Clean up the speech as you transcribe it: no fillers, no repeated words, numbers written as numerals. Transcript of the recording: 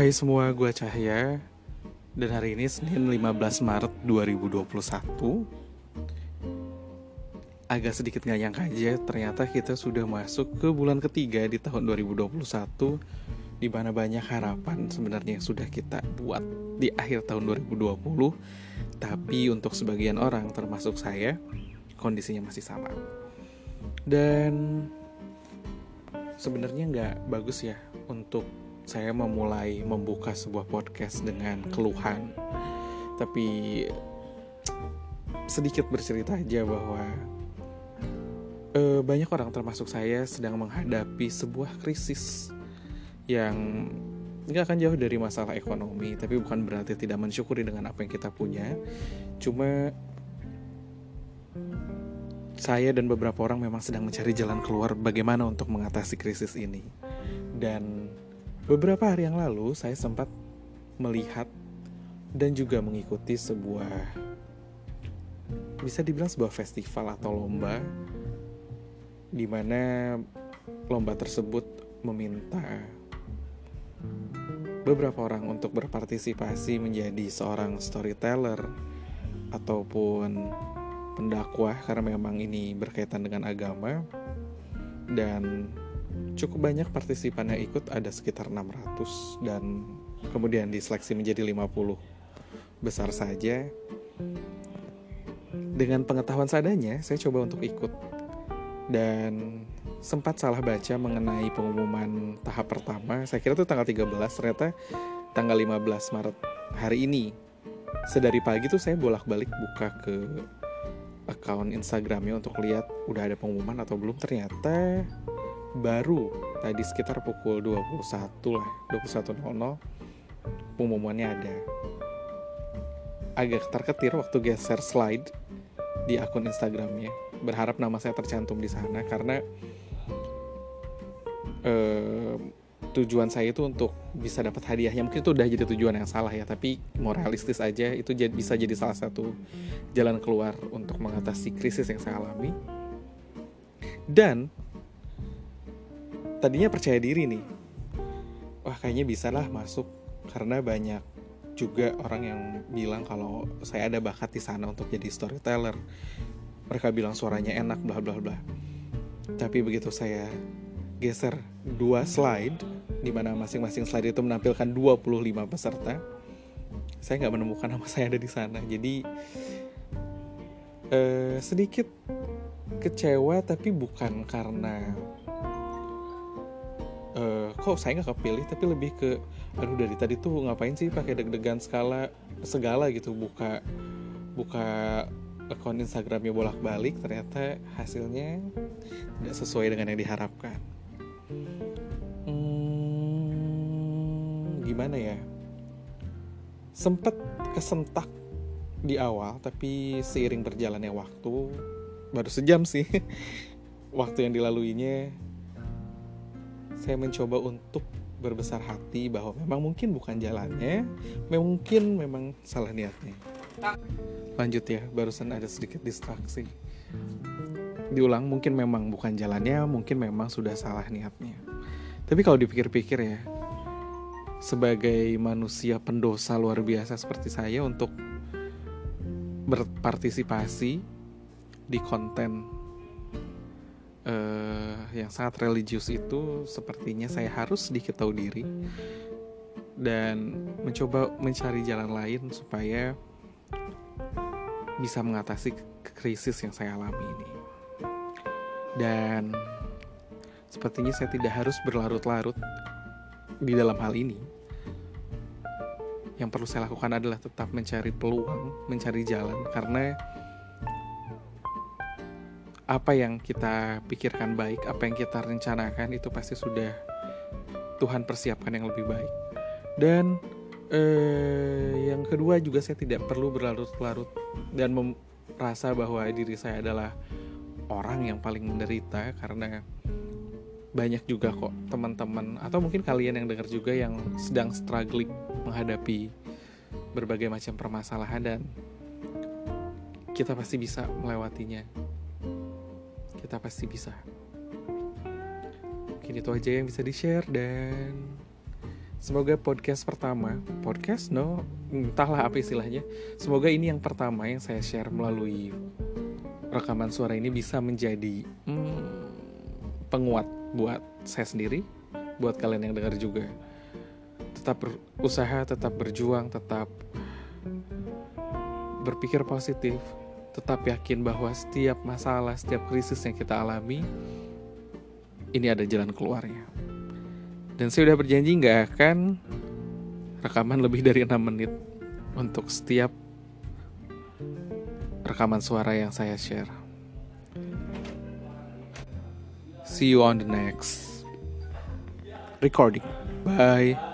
Hai semua, gue Cahya. Dan hari ini Senin 15 Maret 2021. Agak sedikit gak nyangka aja, ternyata kita sudah masuk ke bulan ketiga di tahun 2021, di mana banyak harapan sebenarnya yang sudah kita buat di akhir tahun 2020. Tapi untuk sebagian orang, termasuk saya, kondisinya masih sama. Dan sebenarnya gak bagus ya untuk saya memulai membuka sebuah podcast dengan keluhan. Tapi sedikit bercerita aja bahwa banyak orang termasuk saya sedang menghadapi sebuah krisis yang gak akan jauh dari masalah ekonomi. Tapi bukan berarti tidak mensyukuri dengan apa yang kita punya. Cuma saya dan beberapa orang memang sedang mencari jalan keluar bagaimana untuk mengatasi krisis ini. Dan beberapa hari yang lalu saya sempat melihat dan juga mengikuti sebuah, bisa dibilang sebuah festival atau lomba, di mana lomba tersebut meminta beberapa orang untuk berpartisipasi menjadi seorang storyteller ataupun pendakwah, karena memang ini berkaitan dengan agama. Dan cukup banyak partisipan yang ikut, ada sekitar 600, dan kemudian diseleksi menjadi 50 besar saja. Dengan pengetahuan seadanya, saya coba untuk ikut. Dan sempat salah baca mengenai pengumuman tahap pertama. Saya kira itu tanggal 13, ternyata tanggal 15 Maret hari ini. Sedari pagi tuh saya bolak-balik buka ke akun Instagramnya untuk lihat udah ada pengumuman atau belum. Ternyata baru tadi sekitar pukul 21.00 pengumumannya ada. Agak terketir waktu geser slide di akun Instagramnya, berharap nama saya tercantum di sana, karena tujuan saya itu untuk bisa dapat hadiahnya. Mungkin itu udah jadi tujuan yang salah ya, tapi mau realistis aja, itu bisa jadi salah satu jalan keluar untuk mengatasi krisis yang saya alami. Dan tadinya percaya diri nih, wah kayaknya bisa lah masuk, karena banyak juga orang yang bilang kalau saya ada bakat di sana untuk jadi storyteller. Mereka bilang suaranya enak, bla bla bla. Tapi begitu saya geser 2 slide, di mana masing-masing slide itu menampilkan 25 peserta, saya nggak menemukan nama saya ada di sana. Jadi sedikit kecewa, tapi bukan karena kok saya nggak kepilih, tapi lebih ke aduh, dari tadi tuh ngapain sih pakai deg-degan segala gitu, buka akun Instagramnya bolak-balik, ternyata hasilnya tidak sesuai dengan yang diharapkan. Gimana ya, sempet kesentak di awal, tapi seiring berjalannya waktu, baru sejam sih waktu yang dilaluinya, saya mencoba untuk berbesar hati bahwa memang mungkin bukan jalannya, memang salah niatnya. Lanjut ya, barusan ada sedikit distraksi. Diulang, mungkin memang bukan jalannya, mungkin memang sudah salah niatnya. Tapi kalau dipikir-pikir ya, sebagai manusia pendosa luar biasa seperti saya, untuk berpartisipasi di konten yang sangat religius itu, sepertinya saya harus sedikit tahu diri dan mencoba mencari jalan lain supaya bisa mengatasi krisis yang saya alami ini. Dan sepertinya saya tidak harus berlarut-larut di dalam hal ini. Yang perlu saya lakukan adalah tetap mencari peluang, mencari jalan, karena apa yang kita pikirkan baik, apa yang kita rencanakan, itu pasti sudah Tuhan persiapkan yang lebih baik. Dan yang kedua juga, saya tidak perlu berlarut-larut dan merasa bahwa diri saya adalah orang yang paling menderita, karena banyak juga kok teman-teman atau mungkin kalian yang dengar juga yang sedang struggling menghadapi berbagai macam permasalahan, dan kita pasti bisa melewatinya. Kita pasti bisa. Mungkin itu aja yang bisa di-share, dan Semoga podcast pertama, entahlah apa istilahnya. Semoga ini yang pertama yang saya share melalui rekaman suara ini bisa menjadi penguat buat saya sendiri, buat kalian yang dengar juga. Tetap berusaha, tetap berjuang, tetap berpikir positif, tetap yakin bahwa setiap masalah, setiap krisis yang kita alami, ini ada jalan keluarnya. Dan saya udah berjanji gak akan rekaman lebih dari 6 menit untuk setiap rekaman suara yang saya share. See you on the next recording. Bye.